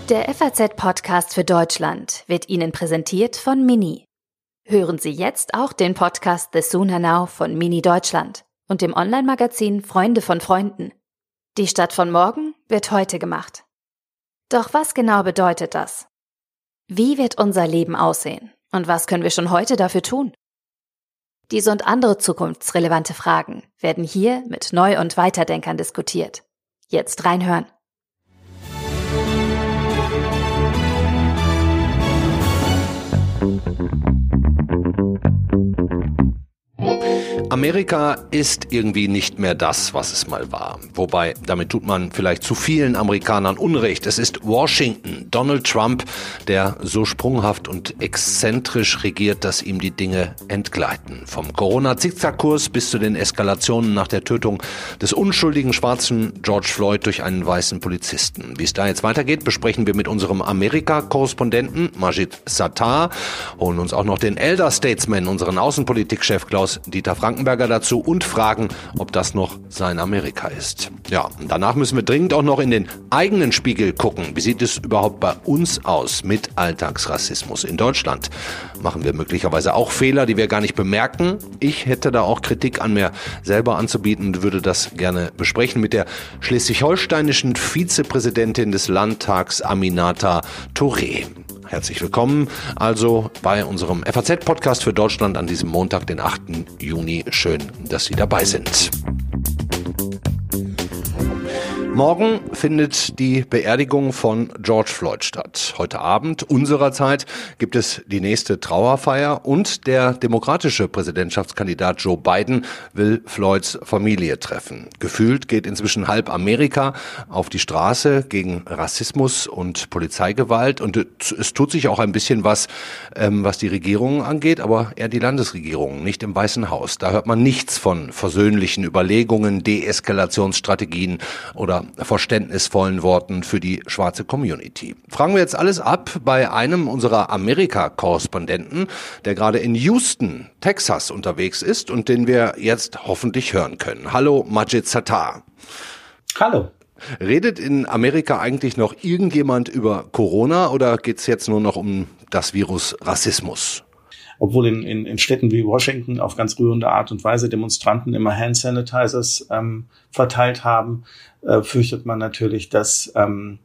Der FAZ-Podcast für Deutschland wird Ihnen präsentiert von Mini. Hören Sie jetzt auch den Podcast The Sooner Now von Mini Deutschland und dem Online-Magazin Freunde von Freunden. Die Stadt von morgen wird heute gemacht. Doch was genau bedeutet das? Wie wird unser Leben aussehen und was können wir schon heute dafür tun? Diese und andere zukunftsrelevante Fragen werden hier mit Neu- und Weiterdenkern diskutiert. Jetzt reinhören. Amerika ist irgendwie nicht mehr das, was es mal war. Wobei, damit tut man vielleicht zu vielen Amerikanern Unrecht. Es ist Washington, Donald Trump, der so sprunghaft und exzentrisch regiert, dass ihm die Dinge entgleiten. Vom Corona-Zickzackkurs bis zu den Eskalationen nach der Tötung des unschuldigen schwarzen George Floyd durch einen weißen Polizisten. Wie es da jetzt weitergeht, besprechen wir mit unserem Amerika-Korrespondenten Majid Sattar, holen uns auch noch den Elder Statesman, unseren Außenpolitikchef Klaus-Dieter Frankenberger dazu und fragen, ob das noch sein Amerika ist. Ja, und danach müssen wir dringend auch noch in den eigenen Spiegel gucken. Wie sieht es überhaupt bei uns aus mit Alltagsrassismus in Deutschland? Machen wir möglicherweise auch Fehler, die wir gar nicht bemerken? Ich hätte da auch Kritik an mir selber anzubieten und würde das gerne besprechen mit der schleswig-holsteinischen Vizepräsidentin des Landtags Aminata Touré. Herzlich willkommen also bei unserem FAZ-Podcast für Deutschland an diesem Montag, den 8. Juni. Schön, dass Sie dabei sind. Morgen findet die Beerdigung von George Floyd statt. Heute Abend unserer Zeit gibt es die nächste Trauerfeier und der demokratische Präsidentschaftskandidat Joe Biden will Floyds Familie treffen. Gefühlt geht inzwischen halb Amerika auf die Straße gegen Rassismus und Polizeigewalt und es tut sich auch ein bisschen was die Regierung angeht, aber eher die Landesregierung, nicht im Weißen Haus. Da hört man nichts von versöhnlichen Überlegungen, Deeskalationsstrategien oder verständnisvollen Worten für die schwarze Community. Fragen wir jetzt alles ab bei einem unserer Amerika-Korrespondenten, der gerade in Houston, Texas unterwegs ist und den wir jetzt hoffentlich hören können. Hallo, Majid Sattar. Hallo. Redet in Amerika eigentlich noch irgendjemand über Corona oder geht's jetzt nur noch um das Virus Rassismus? Obwohl in Städten wie Washington auf ganz rührende Art und Weise Demonstranten immer Hand Sanitizers verteilt haben, fürchtet man natürlich, dass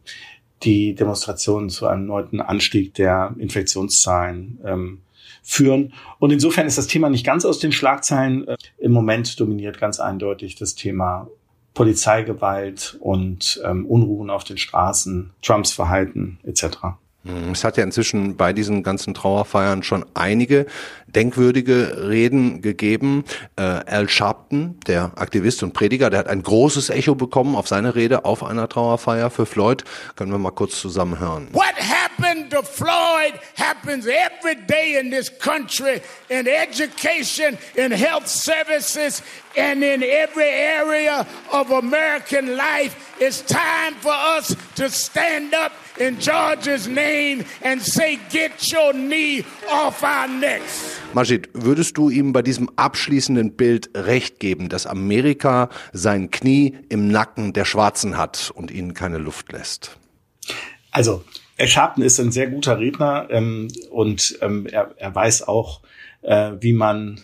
die Demonstrationen zu einem erneuten Anstieg der Infektionszahlen führen. Und insofern ist das Thema nicht ganz aus den Schlagzeilen. Im Moment dominiert ganz eindeutig das Thema Polizeigewalt und Unruhen auf den Straßen, Trumps Verhalten etc. Es hat ja inzwischen bei diesen ganzen Trauerfeiern schon einige denkwürdige Reden gegeben. Al Sharpton, der Aktivist und Prediger, der hat ein großes Echo bekommen auf seine Rede auf einer Trauerfeier für Floyd. Können wir mal kurz zusammen hören. What happened to Floyd happens every day in this country, in education, in health services, and in every area of American life. It's time for us to stand up in George's name and say, get your knee off our necks. Majid, würdest du ihm bei diesem abschließenden Bild recht geben, dass Amerika sein Knie im Nacken der Schwarzen hat und ihnen keine Luft lässt? Also, Al Sharpton ist ein sehr guter Redner und er weiß auch, wie man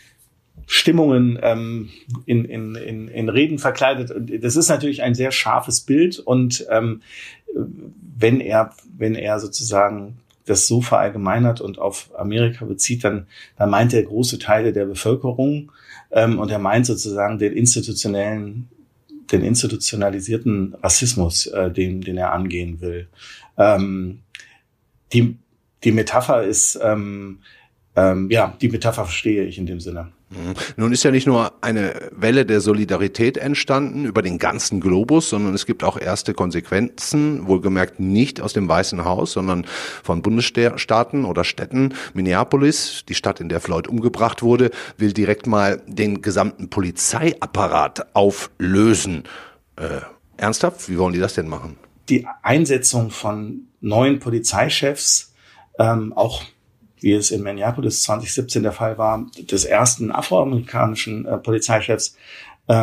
Stimmungen in Reden verkleidet. Und das ist natürlich ein sehr scharfes Bild. Und wenn er sozusagen das so verallgemeinert und auf Amerika bezieht, dann meint er große Teile der Bevölkerung und er meint sozusagen den institutionalisierten Rassismus, den er angehen will. Die Metapher ist die Metapher verstehe ich in dem Sinne. Nun ist ja nicht nur eine Welle der Solidarität entstanden über den ganzen Globus, sondern es gibt auch erste Konsequenzen, wohlgemerkt nicht aus dem Weißen Haus, sondern von Bundesstaaten oder Städten. Minneapolis, die Stadt, in der Floyd umgebracht wurde, will direkt mal den gesamten Polizeiapparat auflösen. Ernsthaft? Wie wollen die das denn machen? Die Einsetzung von neuen Polizeichefs, auch wie es in Minneapolis 2017 der Fall war, des ersten afroamerikanischen Polizeichefs,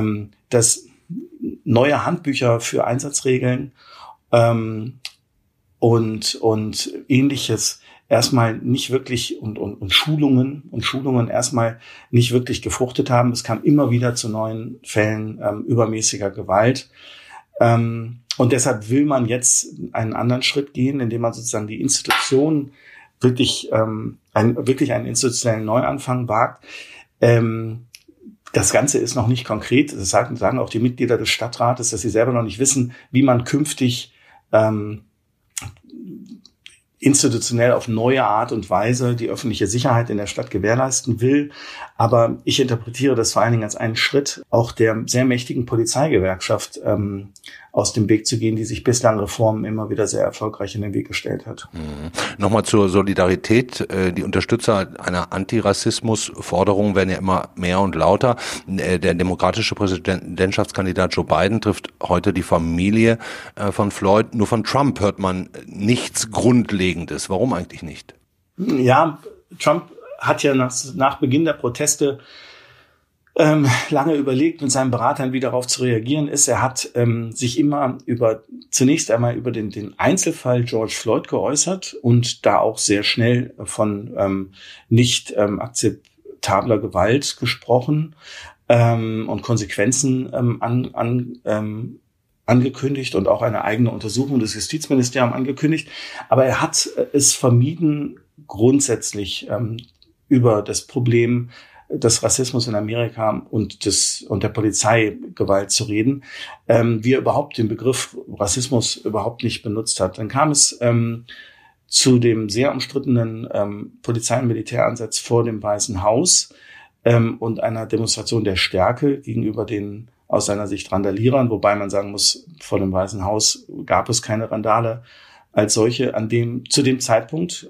dass neue Handbücher für Einsatzregeln, und Ähnliches erstmal nicht wirklich und Schulungen erstmal nicht wirklich gefruchtet haben. Es kam immer wieder zu neuen Fällen übermäßiger Gewalt. Und deshalb will man jetzt einen anderen Schritt gehen, indem man sozusagen die Institutionen wirklich einen institutionellen Neuanfang wagt. Das Ganze ist noch nicht konkret. Das sagen auch die Mitglieder des Stadtrates, dass sie selber noch nicht wissen, wie man künftig institutionell auf neue Art und Weise die öffentliche Sicherheit in der Stadt gewährleisten will. Aber ich interpretiere das vor allen Dingen als einen Schritt auch der sehr mächtigen Polizeigewerkschaft aus dem Weg zu gehen, die sich bislang Reformen immer wieder sehr erfolgreich in den Weg gestellt hat. Nochmal zur Solidarität. Die Unterstützer einer Antirassismus-Forderung werden ja immer mehr und lauter. Der demokratische Präsidentschaftskandidat Joe Biden trifft heute die Familie von Floyd. Nur von Trump hört man nichts Grundlegendes. Warum eigentlich nicht? Ja, Trump hat ja nach Beginn der Proteste lange überlegt, mit seinen Beratern, wie darauf zu reagieren ist. Er hat sich immer zunächst einmal über den Einzelfall George Floyd geäußert und da auch sehr schnell von nicht akzeptabler Gewalt gesprochen und Konsequenzen angekündigt und auch eine eigene Untersuchung des Justizministeriums angekündigt. Aber er hat es vermieden, grundsätzlich über das Problem des Rassismus in Amerika und der Polizeigewalt zu reden, wie er überhaupt den Begriff Rassismus überhaupt nicht benutzt hat. Dann kam es zu dem sehr umstrittenen Polizei- und Militäransatz vor dem Weißen Haus und einer Demonstration der Stärke gegenüber den aus seiner Sicht Randalierern, wobei man sagen muss, vor dem Weißen Haus gab es keine Randale als solche zu dem Zeitpunkt.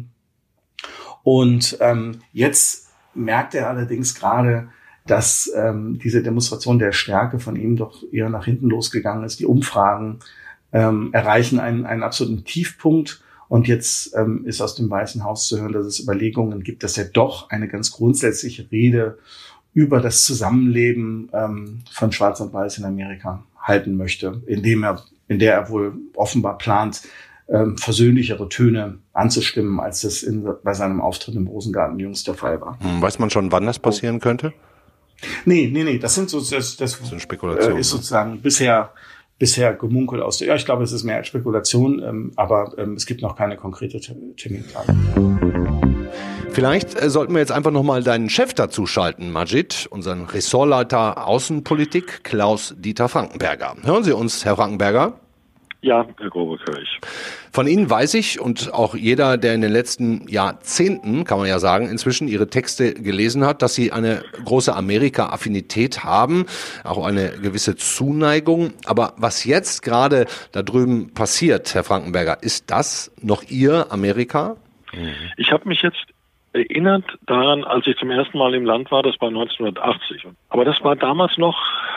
Jetzt merkt er allerdings gerade, dass diese Demonstration der Stärke von ihm doch eher nach hinten losgegangen ist. Die Umfragen erreichen einen absoluten Tiefpunkt. Und jetzt ist aus dem Weißen Haus zu hören, dass es Überlegungen gibt, dass er doch eine ganz grundsätzliche Rede über das Zusammenleben von Schwarz und Weiß in Amerika halten möchte, in der er wohl offenbar plant, versöhnlichere Töne anzustimmen, als das bei seinem Auftritt im Rosengarten jüngst der Fall war. Weiß man schon, wann das passieren könnte? Nee, das sind das sind Spekulationen. Ist sozusagen bisher gemunkelt ich glaube, es ist mehr als Spekulation, aber es gibt noch keine konkrete Terminplanung. Vielleicht sollten wir jetzt einfach nochmal deinen Chef dazu schalten, Majid, unseren Ressortleiter Außenpolitik, Klaus-Dieter Frankenberger. Hören Sie uns, Herr Frankenberger? Ja, Herr Grobe-Kirch. Von Ihnen weiß ich und auch jeder, der in den letzten Jahrzehnten, kann man ja sagen, inzwischen Ihre Texte gelesen hat, dass Sie eine große Amerika-Affinität haben, auch eine gewisse Zuneigung. Aber was jetzt gerade da drüben passiert, Herr Frankenberger, ist das noch Ihr Amerika? Ich habe mich jetzt erinnert daran, als ich zum ersten Mal im Land war, das war 1980. Aber das war damals noch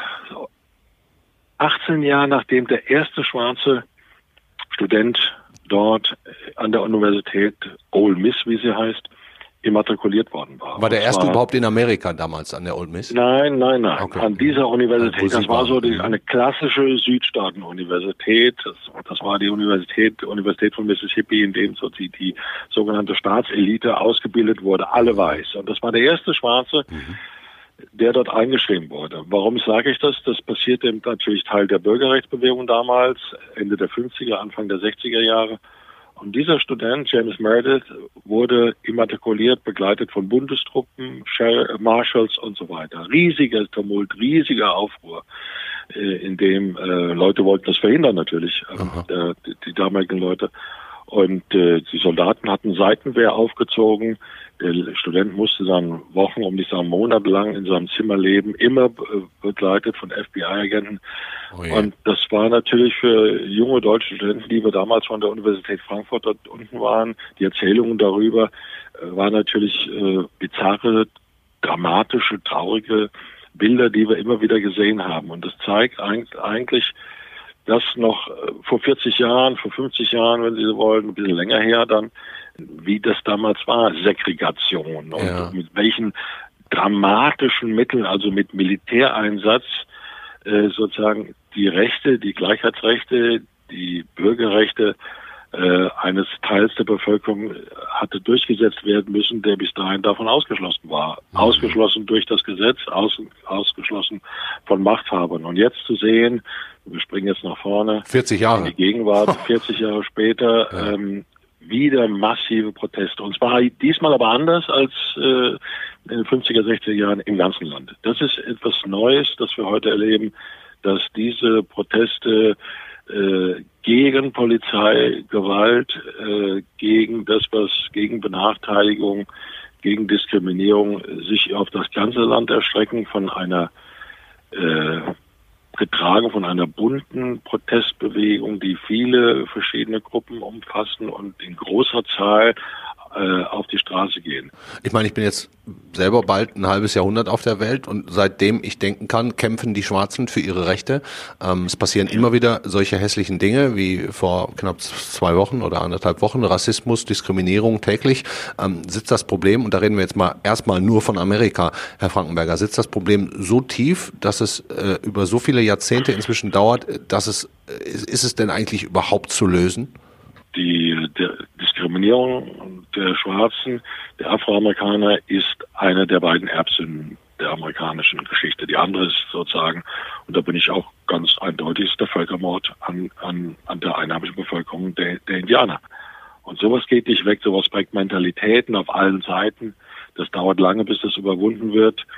18 Jahre, nachdem der erste schwarze Student dort an der Universität Ole Miss, wie sie heißt, immatrikuliert worden war. War der erste überhaupt in Amerika damals an der Ole Miss? Nein. Okay. An dieser Universität. Das war so eine klassische Südstaaten-Universität. Das war die Universität von Mississippi, in dem so die sogenannte Staatselite ausgebildet wurde, alle weiß. Und das war der erste Schwarze, der dort eingeschrieben wurde. Warum sage ich das? Das passierte natürlich Teil der Bürgerrechtsbewegung damals, Ende der 50er, Anfang der 60er Jahre. Und dieser Student, James Meredith, wurde immatrikuliert, begleitet von Bundestruppen, Marshals und so weiter. Riesiger Tumult, riesiger Aufruhr, in dem Leute wollten das verhindern natürlich, die damaligen Leute. Und die Soldaten hatten Seitenwehr aufgezogen. Der Student musste dann Wochen, um nicht sagen monatelang in seinem Zimmer leben, immer begleitet von FBI-Agenten. Oh yeah. Und das war natürlich für junge deutsche Studenten, die wir damals von der Universität Frankfurt dort unten waren, die Erzählungen darüber waren natürlich bizarre, dramatische, traurige Bilder, die wir immer wieder gesehen haben. Und das zeigt eigentlich, dass noch vor 40 Jahren, vor 50 Jahren, wenn Sie so wollen, ein bisschen länger her dann, wie das damals war, Segregation und mit welchen dramatischen Mitteln, also mit Militäreinsatz, sozusagen die Rechte, die Gleichheitsrechte, die Bürgerrechte eines Teils der Bevölkerung hatte durchgesetzt werden müssen, der bis dahin davon ausgeschlossen war. Ausgeschlossen durch das Gesetz, ausgeschlossen von Machthabern. Und jetzt zu sehen, wir springen jetzt nach vorne, 40 Jahre in die Gegenwart, 40 Jahre später, wieder massive Proteste. Und zwar diesmal aber anders als in den 50er, 60er Jahren im ganzen Land. Das ist etwas Neues, das wir heute erleben, dass diese Proteste gegen Polizeigewalt, gegen Benachteiligung, gegen Diskriminierung sich auf das ganze Land erstrecken, getragen von einer bunten Protestbewegung, die viele verschiedene Gruppen umfassen und in großer Zahl auf die Straße gehen. Ich meine, ich bin jetzt selber bald ein halbes Jahrhundert auf der Welt und seitdem ich denken kann, kämpfen die Schwarzen für ihre Rechte. Es passieren immer wieder solche hässlichen Dinge wie vor knapp 2 Wochen oder 1,5 Wochen, Rassismus, Diskriminierung täglich. Sitzt das Problem, und da reden wir jetzt mal erstmal nur von Amerika, Herr Frankenberger, sitzt das Problem so tief, dass es über so viele Jahrzehnte inzwischen dauert, ist es denn eigentlich überhaupt zu lösen? Die Diskriminierung der Schwarzen, der Afroamerikaner, ist eine der beiden Erbsünden der amerikanischen Geschichte. Die andere ist sozusagen, und da bin ich auch ganz eindeutig, ist der Völkermord an der einheimischen Bevölkerung der Indianer. Und sowas geht nicht weg, sowas prägt Mentalitäten auf allen Seiten. Das dauert lange, bis das überwunden wird,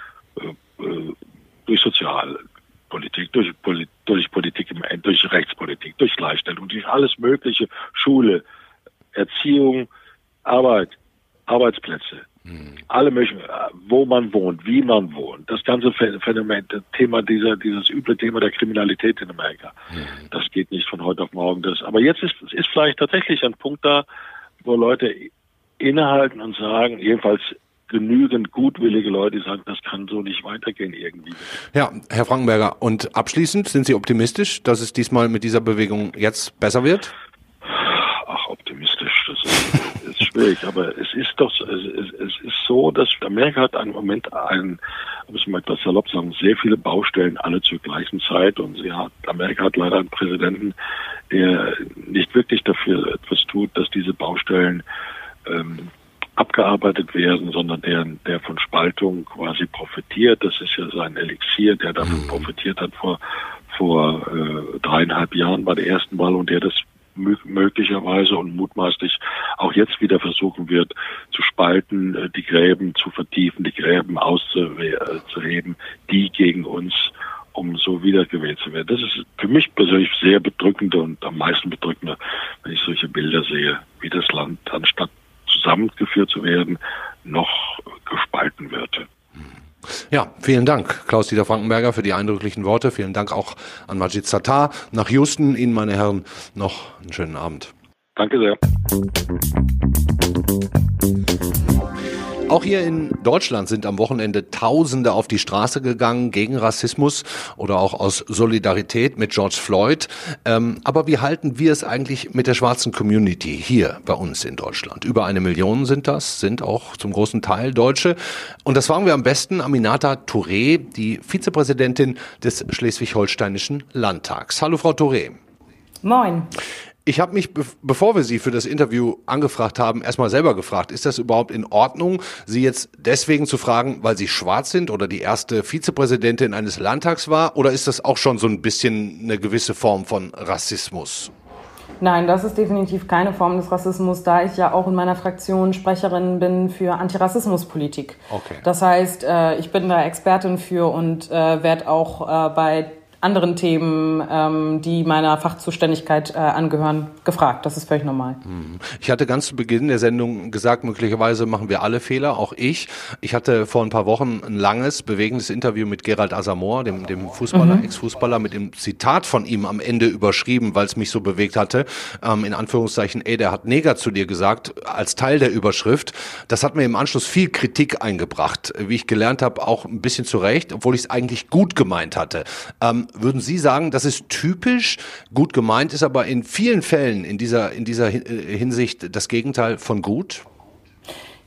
durch Sozialpolitik, durch Politik, durch Rechtspolitik, durch Gleichstellung, durch alles Mögliche, Schule, Erziehung, Arbeit, Arbeitsplätze, alle möglichen, wo man wohnt, wie man wohnt, das ganze Phänomen, das Thema dieses üble Thema der Kriminalität in Amerika, das geht nicht von heute auf morgen. Aber jetzt ist vielleicht tatsächlich ein Punkt da, wo Leute innehalten und sagen, jedenfalls genügend gutwillige Leute, die sagen, das kann so nicht weitergehen irgendwie. Ja, Herr Frankenberger, und abschließend, sind Sie optimistisch, dass es diesmal mit dieser Bewegung jetzt besser wird? Ach, optimistisch, das ist schwierig, aber es ist so, dass Amerika hat im Moment muss man etwas salopp sagen, sehr viele Baustellen, alle zur gleichen Zeit, und Amerika hat leider einen Präsidenten, der nicht wirklich dafür etwas tut, dass diese Baustellen abgearbeitet werden, sondern der von Spaltung quasi profitiert. Das ist ja sein Elixier, der davon profitiert hat vor 3,5 Jahren bei der ersten Wahl, und der das möglicherweise und mutmaßlich auch jetzt wieder versuchen wird zu spalten, die Gräben zu vertiefen, die Gräben auszuheben, die gegen uns, um so wiedergewählt zu werden. Das ist für mich persönlich sehr bedrückende und am meisten bedrückende, wenn ich solche Bilder sehe, wie das Land anstatt zusammengeführt zu werden, noch gespalten wird. Ja, vielen Dank, Klaus-Dieter Frankenberger, für die eindrücklichen Worte. Vielen Dank auch an Majid Sattar nach Houston. Ihnen, meine Herren, noch einen schönen Abend. Danke sehr. Auch hier in Deutschland sind am Wochenende Tausende auf die Straße gegangen gegen Rassismus oder auch aus Solidarität mit George Floyd. Aber wie halten wir es eigentlich mit der schwarzen Community hier bei uns in Deutschland? Über 1 Million sind auch zum großen Teil Deutsche. Und das fragen wir am besten Aminata Touré, die Vizepräsidentin des Schleswig-Holsteinischen Landtags. Hallo, Frau Touré. Moin. Ich habe mich, bevor wir Sie für das Interview angefragt haben, erstmal selber gefragt, ist das überhaupt in Ordnung, Sie jetzt deswegen zu fragen, weil Sie schwarz sind oder die erste Vizepräsidentin eines Landtags war, oder ist das auch schon so ein bisschen eine gewisse Form von Rassismus? Nein, das ist definitiv keine Form des Rassismus, da ich ja auch in meiner Fraktion Sprecherin bin für Antirassismuspolitik. Okay. Das heißt, ich bin da Expertin für und werde auch bei anderen Themen, die meiner Fachzuständigkeit angehören, gefragt. Das ist völlig normal. Ich hatte ganz zu Beginn der Sendung gesagt, möglicherweise machen wir alle Fehler, auch ich. Ich hatte vor ein paar Wochen ein langes, bewegendes Interview mit Gerald Asamoah, dem Fußballer, Ex-Fußballer, mit dem Zitat von ihm am Ende überschrieben, weil es mich so bewegt hatte. In Anführungszeichen, der hat Neger zu dir gesagt, als Teil der Überschrift. Das hat mir im Anschluss viel Kritik eingebracht, wie ich gelernt habe, auch ein bisschen zu Recht, obwohl ich es eigentlich gut gemeint hatte. Würden Sie sagen, das ist typisch, gut gemeint ist aber in vielen Fällen in dieser Hinsicht das Gegenteil von gut?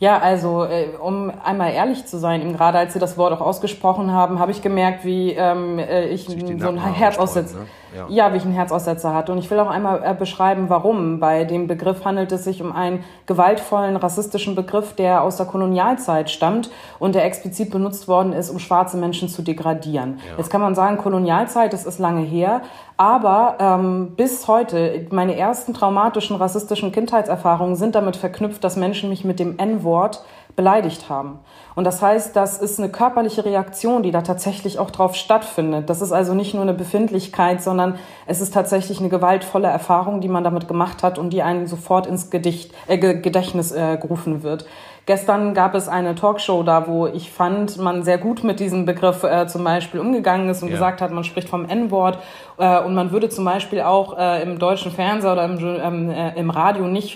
Ja, also um einmal ehrlich zu sein, eben gerade als Sie das Wort auch ausgesprochen haben, habe ich gemerkt, wie ich so ein Herzaussetzer, ne? Ja, wie ich einen Herzaussetzer hatte. Und ich will auch einmal beschreiben, warum. Bei dem Begriff handelt es sich um einen gewaltvollen rassistischen Begriff, der aus der Kolonialzeit stammt und der explizit benutzt worden ist, um schwarze Menschen zu degradieren. Ja. Jetzt kann man sagen, Kolonialzeit, das ist lange her, aber bis heute, meine ersten traumatischen rassistischen Kindheitserfahrungen sind damit verknüpft, dass Menschen mich mit dem N-Wort beleidigt haben. Und das heißt, das ist eine körperliche Reaktion, die da tatsächlich auch drauf stattfindet. Das ist also nicht nur eine Befindlichkeit, sondern es ist tatsächlich eine gewaltvolle Erfahrung, die man damit gemacht hat und die einen sofort ins Gedächtnis gerufen wird. Gestern gab es eine Talkshow da, wo ich fand, man sehr gut mit diesem Begriff zum Beispiel umgegangen ist und gesagt hat, man spricht vom N-Wort und man würde zum Beispiel auch im deutschen Fernseher oder im Radio nicht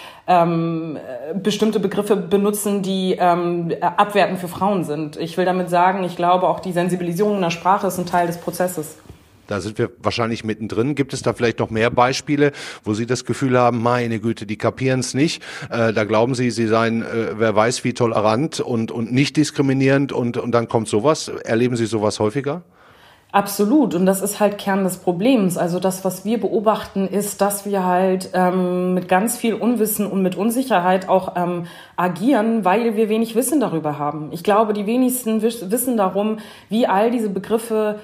bestimmte Begriffe benutzen, die abwertend für Frauen sind. Ich will damit sagen, ich glaube, auch die Sensibilisierung in der Sprache ist ein Teil des Prozesses. Da sind wir wahrscheinlich mittendrin. Gibt es da vielleicht noch mehr Beispiele, wo Sie das Gefühl haben, meine Güte, die kapieren es nicht. Da glauben Sie, Sie seien, wer weiß wie tolerant und nicht diskriminierend und dann kommt sowas. Erleben Sie sowas häufiger? Absolut. Und das ist halt Kern des Problems. Also das, was wir beobachten, ist, dass wir halt mit ganz viel Unwissen und mit Unsicherheit auch agieren, weil wir wenig Wissen darüber haben. Ich glaube, die wenigsten wissen darum, wie all diese Begriffe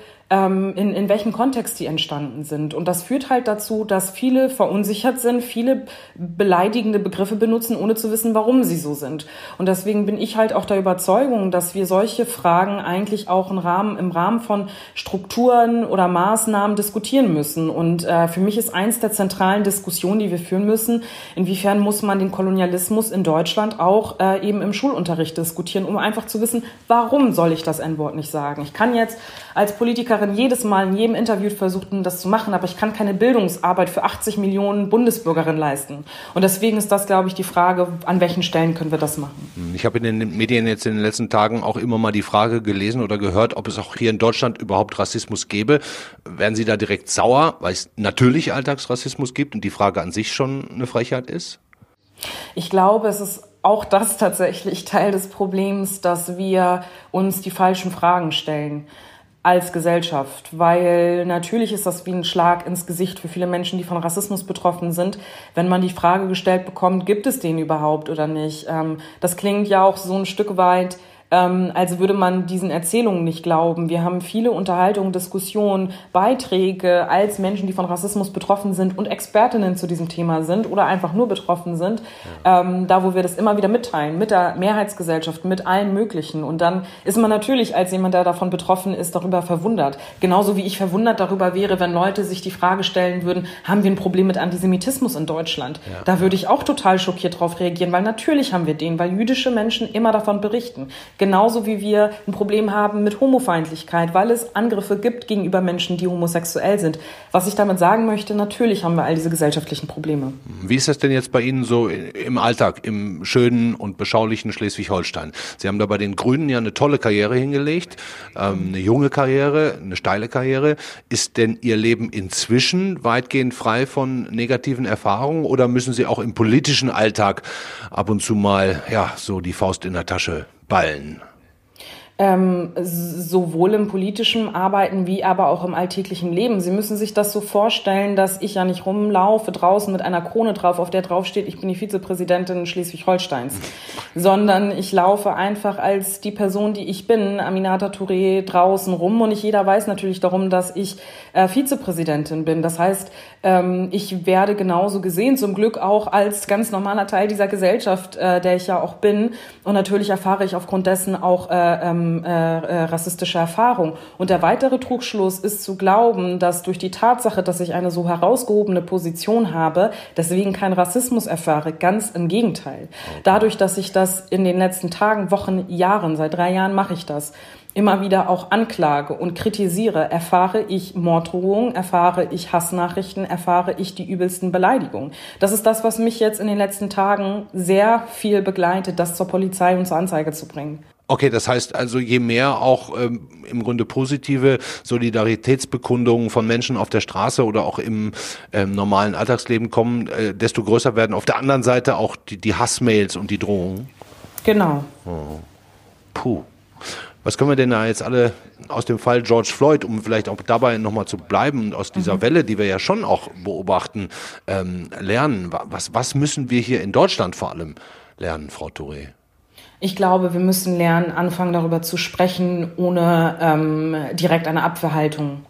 in welchem Kontext die entstanden sind. Und das führt halt dazu, dass viele verunsichert sind, viele beleidigende Begriffe benutzen, ohne zu wissen, warum sie so sind. Und deswegen bin ich halt auch der Überzeugung, dass wir solche Fragen eigentlich auch im Rahmen von Strukturen oder Maßnahmen diskutieren müssen. Und für mich ist eins der zentralen Diskussionen, die wir führen müssen, inwiefern muss man den Kolonialismus in Deutschland auch eben im Schulunterricht diskutieren, um einfach zu wissen, warum soll ich das N-Wort nicht sagen? Ich kann jetzt als Politikerin jedes Mal in jedem Interview versuchen, das zu machen, aber ich kann keine Bildungsarbeit für 80 Millionen Bundesbürgerinnen leisten. Und deswegen ist das, glaube ich, die Frage, an welchen Stellen können wir das machen? Ich habe in den Medien jetzt in den letzten Tagen auch immer mal die Frage gelesen oder gehört, ob es auch hier in Deutschland überhaupt Rassismus gäbe. Werden Sie da direkt sauer, weil es natürlich Alltagsrassismus gibt und die Frage an sich schon eine Frechheit ist? Ich glaube, es ist auch das tatsächlich Teil des Problems, dass wir uns die falschen Fragen stellen als Gesellschaft, weil natürlich ist das wie ein Schlag ins Gesicht für viele Menschen, die von Rassismus betroffen sind, wenn man die Frage gestellt bekommt, gibt es den überhaupt oder nicht? Das klingt ja auch so ein Stück weit, als würde man diesen Erzählungen nicht glauben. Wir haben viele Unterhaltungen, Diskussionen, Beiträge als Menschen, die von Rassismus betroffen sind und Expertinnen zu diesem Thema sind oder einfach nur betroffen sind, da wo wir das immer wieder mitteilen, mit der Mehrheitsgesellschaft, mit allen möglichen. Und dann ist man natürlich als jemand, der davon betroffen ist, darüber verwundert. Genauso wie ich verwundert darüber wäre, wenn Leute sich die Frage stellen würden, haben wir ein Problem mit Antisemitismus in Deutschland? Ja. Da würde ich auch total schockiert drauf reagieren, weil natürlich haben wir den, weil jüdische Menschen immer davon berichten. Genauso wie wir ein Problem haben mit Homofeindlichkeit, weil es Angriffe gibt gegenüber Menschen, die homosexuell sind. Was ich damit sagen möchte, natürlich haben wir all diese gesellschaftlichen Probleme. Wie ist das denn jetzt bei Ihnen so im Alltag, im schönen und beschaulichen Schleswig-Holstein? Sie haben da bei den Grünen ja eine tolle Karriere hingelegt, eine junge Karriere, eine steile Karriere. Ist denn Ihr Leben inzwischen weitgehend frei von negativen Erfahrungen oder müssen Sie auch im politischen Alltag ab und zu mal so die Faust in der Tasche ballen? Sowohl im politischen Arbeiten wie aber auch im alltäglichen Leben. Sie müssen sich das so vorstellen, dass ich ja nicht rumlaufe draußen mit einer Krone drauf, auf der drauf steht, ich bin die Vizepräsidentin Schleswig-Holsteins, sondern ich laufe einfach als die Person, die ich bin, Aminata Touré, draußen rum und nicht jeder weiß natürlich darum, dass ich Vizepräsidentin bin. Das heißt, ich werde genauso gesehen, zum Glück auch als ganz normaler Teil dieser Gesellschaft, der ich ja auch bin. Und natürlich erfahre ich aufgrund dessen auch rassistische Erfahrung. Und der weitere Trugschluss ist zu glauben, dass durch die Tatsache, dass ich eine so herausgehobene Position habe, deswegen keinen Rassismus erfahre. Ganz im Gegenteil. Dadurch, dass ich das in den letzten Tagen, Wochen, Jahren, seit 3 Jahren mache ich das, immer wieder auch anklage und kritisiere, erfahre ich Morddrohungen, erfahre ich Hassnachrichten, erfahre ich die übelsten Beleidigungen. Das ist das, was mich jetzt in den letzten Tagen sehr viel begleitet, das zur Polizei und zur Anzeige zu bringen. Okay, das heißt also, je mehr auch im Grunde positive Solidaritätsbekundungen von Menschen auf der Straße oder auch im normalen Alltagsleben kommen, desto größer werden auf der anderen Seite auch die Hassmails und die Drohungen. Genau. Oh. Puh. Was können wir denn da jetzt alle aus dem Fall George Floyd, um vielleicht auch dabei nochmal zu bleiben, aus dieser Welle, die wir ja schon auch beobachten, lernen? Was müssen wir hier in Deutschland vor allem lernen, Frau Touré? Ich glaube, wir müssen lernen, anfangen darüber zu sprechen, ohne direkt eine Abwehrhaltung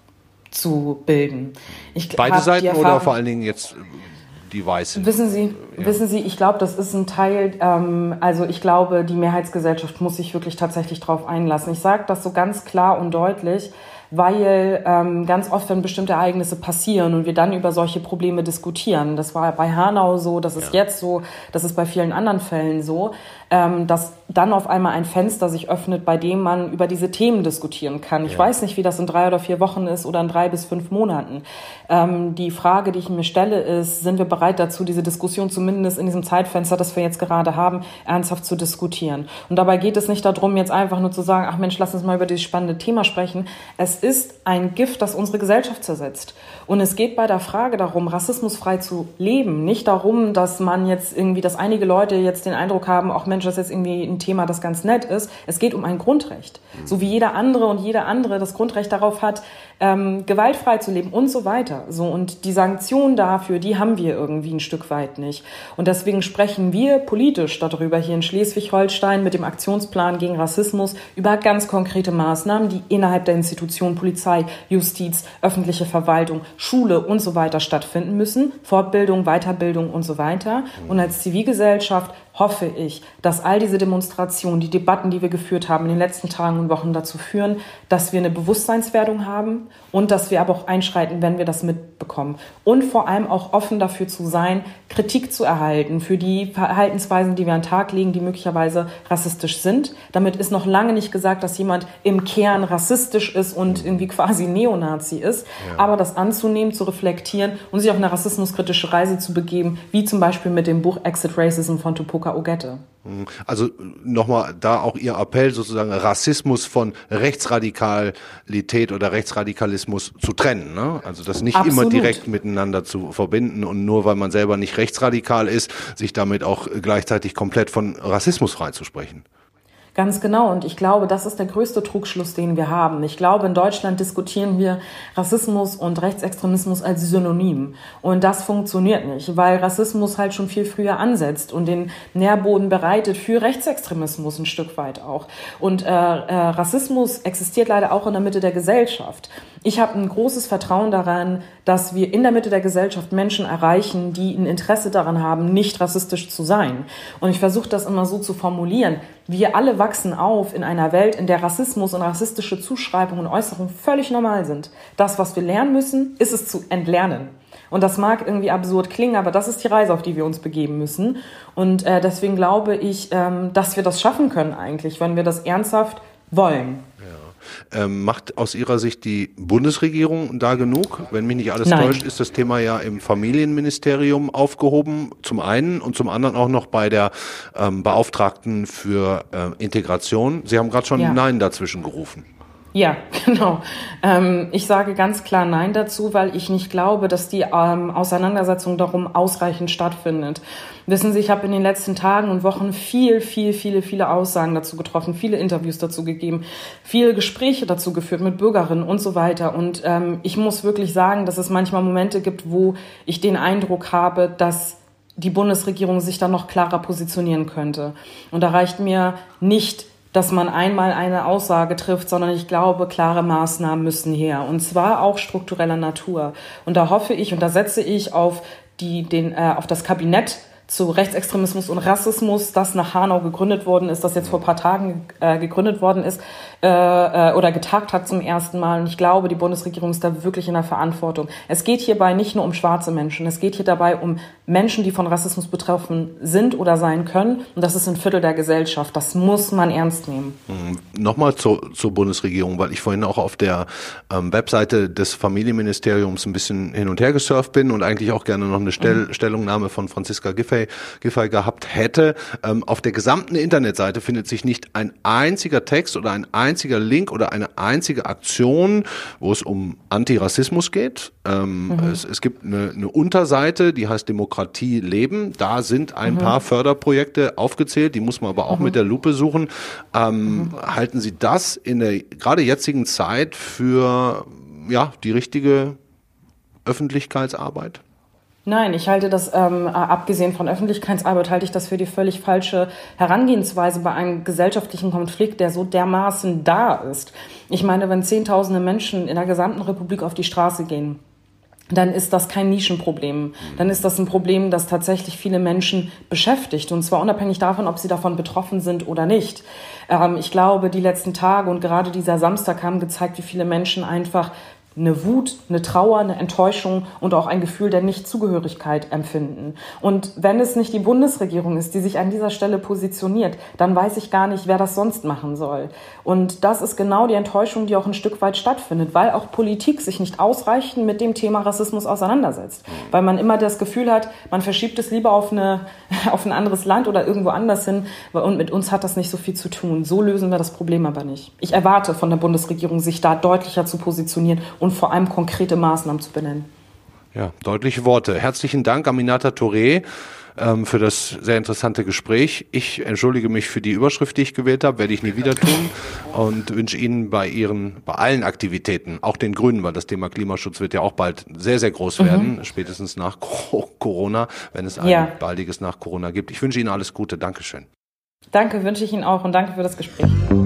zu bilden. Beide Seiten oder vor allen Dingen jetzt die Weiße? Wissen Sie, ich glaube, das ist ein Teil, also ich glaube, die Mehrheitsgesellschaft muss sich wirklich tatsächlich drauf einlassen. Ich sage das so ganz klar und deutlich, weil ganz oft, wenn bestimmte Ereignisse passieren und wir dann über solche Probleme diskutieren, das war bei Hanau so, das ist jetzt so, das ist bei vielen anderen Fällen so, dass dann auf einmal ein Fenster sich öffnet, bei dem man über diese Themen diskutieren kann. Ich weiß nicht, wie das in 3 oder 4 Wochen ist oder in 3 bis 5 Monaten. Die Frage, die ich mir stelle, ist, sind wir bereit dazu, diese Diskussion zumindest in diesem Zeitfenster, das wir jetzt gerade haben, ernsthaft zu diskutieren? Und dabei geht es nicht darum, jetzt einfach nur zu sagen, ach Mensch, lass uns mal über dieses spannende Thema sprechen. Es ist ein Gift, das unsere Gesellschaft zersetzt. Und es geht bei der Frage darum, rassismusfrei zu leben, nicht darum, dass man jetzt irgendwie, dass einige Leute jetzt den Eindruck haben, ach Mensch, das ist jetzt irgendwie ein Thema, das ganz nett ist. Es geht um ein Grundrecht. So wie jeder andere und jeder andere das Grundrecht darauf hat, gewaltfrei zu leben und so weiter. So, und die Sanktionen dafür, die haben wir irgendwie ein Stück weit nicht. Und deswegen sprechen wir politisch darüber hier in Schleswig-Holstein mit dem Aktionsplan gegen Rassismus über ganz konkrete Maßnahmen, die innerhalb der Institution Polizei, Justiz, öffentliche Verwaltung, Schule und so weiter stattfinden müssen. Fortbildung, Weiterbildung und so weiter. Und als Zivilgesellschaft hoffe ich, dass all diese Demonstrationen, die Debatten, die wir geführt haben in den letzten Tagen und Wochen dazu führen, dass wir eine Bewusstseinswerdung haben und dass wir aber auch einschreiten, wenn wir das mitbekommen. Und vor allem auch offen dafür zu sein, Kritik zu erhalten für die Verhaltensweisen, die wir an den Tag legen, die möglicherweise rassistisch sind. Damit ist noch lange nicht gesagt, dass jemand im Kern rassistisch ist und irgendwie quasi Neonazi ist. Ja. Aber das anzunehmen, zu reflektieren und sich auf eine rassismuskritische Reise zu begeben, wie zum Beispiel mit dem Buch Exit Racism von Tupoka Ogette. Also nochmal da auch Ihr Appell, sozusagen Rassismus von Rechtsradikalität oder Rechtsradikalismus zu trennen, ne? Also das nicht Absolut. Immer direkt miteinander zu verbinden und nur weil man selber nicht rechtsradikal ist, sich damit auch gleichzeitig komplett von Rassismus freizusprechen. Ganz genau. Und ich glaube, das ist der größte Trugschluss, den wir haben. Ich glaube, in Deutschland diskutieren wir Rassismus und Rechtsextremismus als Synonym. Und das funktioniert nicht, weil Rassismus halt schon viel früher ansetzt und den Nährboden bereitet für Rechtsextremismus ein Stück weit auch. Und Rassismus existiert leider auch in der Mitte der Gesellschaft. Ich habe ein großes Vertrauen daran, dass wir in der Mitte der Gesellschaft Menschen erreichen, die ein Interesse daran haben, nicht rassistisch zu sein. Und ich versuche das immer so zu formulieren. Wir alle wachsen auf in einer Welt, in der Rassismus und rassistische Zuschreibungen und Äußerungen völlig normal sind. Das, was wir lernen müssen, ist es zu entlernen. Und das mag irgendwie absurd klingen, aber das ist die Reise, auf die wir uns begeben müssen. Und deswegen glaube ich, dass wir das schaffen können eigentlich, wenn wir das ernsthaft wollen. Macht aus Ihrer Sicht die Bundesregierung da genug? Wenn mich nicht alles täuscht, ist das Thema ja im Familienministerium aufgehoben, zum einen und zum anderen auch noch bei der Beauftragten für Integration. Sie haben gerade schon Nein dazwischen gerufen. Ja, genau. Ich sage ganz klar Nein dazu, weil ich nicht glaube, dass die Auseinandersetzung darum ausreichend stattfindet. Wissen Sie, ich habe in den letzten Tagen und Wochen viele Aussagen dazu getroffen, viele Interviews dazu gegeben, viele Gespräche dazu geführt mit Bürgerinnen und so weiter. Und ich muss wirklich sagen, dass es manchmal Momente gibt, wo ich den Eindruck habe, dass die Bundesregierung sich da noch klarer positionieren könnte. Und da reicht mir nicht, dass man einmal eine Aussage trifft, sondern ich glaube, klare Maßnahmen müssen her. Und zwar auch struktureller Natur. Und da hoffe ich und da setze ich auf das Kabinett zu Rechtsextremismus und Rassismus, das nach Hanau gegründet worden ist, das jetzt vor ein paar Tagen gegründet worden ist oder getagt hat zum ersten Mal. Und ich glaube, die Bundesregierung ist da wirklich in der Verantwortung. Es geht hierbei nicht nur um schwarze Menschen, es geht hier dabei um Menschen, die von Rassismus betroffen sind oder sein können. Und das ist ein Viertel der Gesellschaft. Das muss man ernst nehmen. Nochmal zur Bundesregierung, weil ich vorhin auch auf der Webseite des Familienministeriums ein bisschen hin und her gesurft bin und eigentlich auch gerne noch eine Stellungnahme von Franziska Giffey gehabt hätte. Auf der gesamten Internetseite findet sich nicht ein einziger Text oder ein einziger Link oder eine einzige Aktion, wo es um Antirassismus geht. Es gibt eine Unterseite, die heißt Demokratie leben. Da sind ein paar Förderprojekte aufgezählt, die muss man aber auch mit der Lupe suchen. Halten Sie das in der gerade jetzigen Zeit für die richtige Öffentlichkeitsarbeit? Nein, ich halte das, abgesehen von Öffentlichkeitsarbeit, halte ich das für die völlig falsche Herangehensweise bei einem gesellschaftlichen Konflikt, der so dermaßen da ist. Ich meine, wenn Zehntausende Menschen in der gesamten Republik auf die Straße gehen, dann ist das kein Nischenproblem. Dann ist das ein Problem, das tatsächlich viele Menschen beschäftigt. Und zwar unabhängig davon, ob sie davon betroffen sind oder nicht. Ich glaube, die letzten Tage und gerade dieser Samstag haben gezeigt, wie viele Menschen einfach eine Wut, eine Trauer, eine Enttäuschung und auch ein Gefühl der Nichtzugehörigkeit empfinden. Und wenn es nicht die Bundesregierung ist, die sich an dieser Stelle positioniert, dann weiß ich gar nicht, wer das sonst machen soll. Und das ist genau die Enttäuschung, die auch ein Stück weit stattfindet, weil auch Politik sich nicht ausreichend mit dem Thema Rassismus auseinandersetzt. Weil man immer das Gefühl hat, man verschiebt es lieber auf ein anderes Land oder irgendwo anders hin und mit uns hat das nicht so viel zu tun. So lösen wir das Problem aber nicht. Ich erwarte von der Bundesregierung, sich da deutlicher zu positionieren und vor allem konkrete Maßnahmen zu benennen. Ja, deutliche Worte. Herzlichen Dank, Aminata Touré, für das sehr interessante Gespräch. Ich entschuldige mich für die Überschrift, die ich gewählt habe, werde ich nie wieder tun und wünsche Ihnen bei allen Aktivitäten, auch den Grünen, weil das Thema Klimaschutz wird ja auch bald sehr, sehr groß werden, spätestens nach Corona, wenn es ein baldiges nach Corona gibt. Ich wünsche Ihnen alles Gute. Dankeschön. Danke, wünsche ich Ihnen auch und danke für das Gespräch.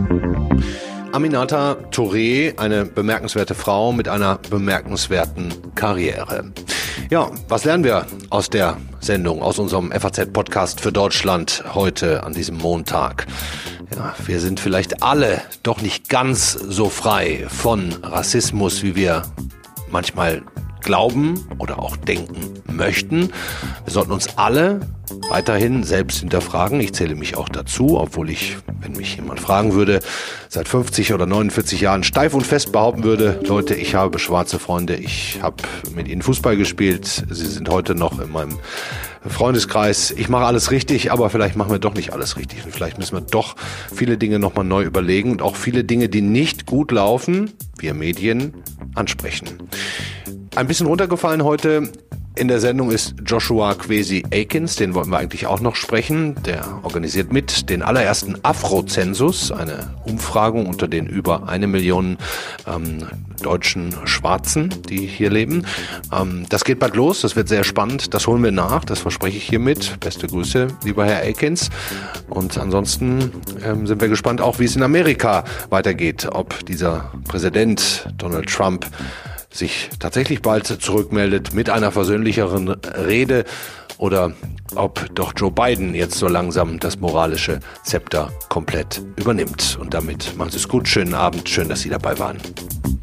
Aminata Touré, eine bemerkenswerte Frau mit einer bemerkenswerten Karriere. Ja, was lernen wir aus der Sendung, aus unserem FAZ-Podcast für Deutschland heute an diesem Montag? Ja, wir sind vielleicht alle doch nicht ganz so frei von Rassismus, wie wir manchmal glauben oder auch denken möchten. Wir sollten uns alle weiterhin selbst hinterfragen. Ich zähle mich auch dazu, obwohl ich, wenn mich jemand fragen würde, seit 50 oder 49 Jahren steif und fest behaupten würde, Leute, ich habe schwarze Freunde, ich habe mit ihnen Fußball gespielt, sie sind heute noch in meinem Freundeskreis. Ich mache alles richtig, aber vielleicht machen wir doch nicht alles richtig. Und vielleicht müssen wir doch viele Dinge nochmal neu überlegen und auch viele Dinge, die nicht gut laufen, wir Medien ansprechen. Ein bisschen runtergefallen heute in der Sendung ist Joshua Kwesi Aikens, den wollten wir eigentlich auch noch sprechen. Der organisiert mit den allerersten Afro-Zensus, eine Umfragung unter den über 1 Million deutschen Schwarzen, die hier leben. Das geht bald los, das wird sehr spannend, das holen wir nach, das verspreche ich hiermit. Beste Grüße, lieber Herr Aikens. Und ansonsten sind wir gespannt auch, wie es in Amerika weitergeht, ob dieser Präsident Donald Trump sich tatsächlich bald zurückmeldet mit einer versöhnlicheren Rede oder ob doch Joe Biden jetzt so langsam das moralische Zepter komplett übernimmt. Und damit machen Sie es gut, schönen Abend, schön, dass Sie dabei waren.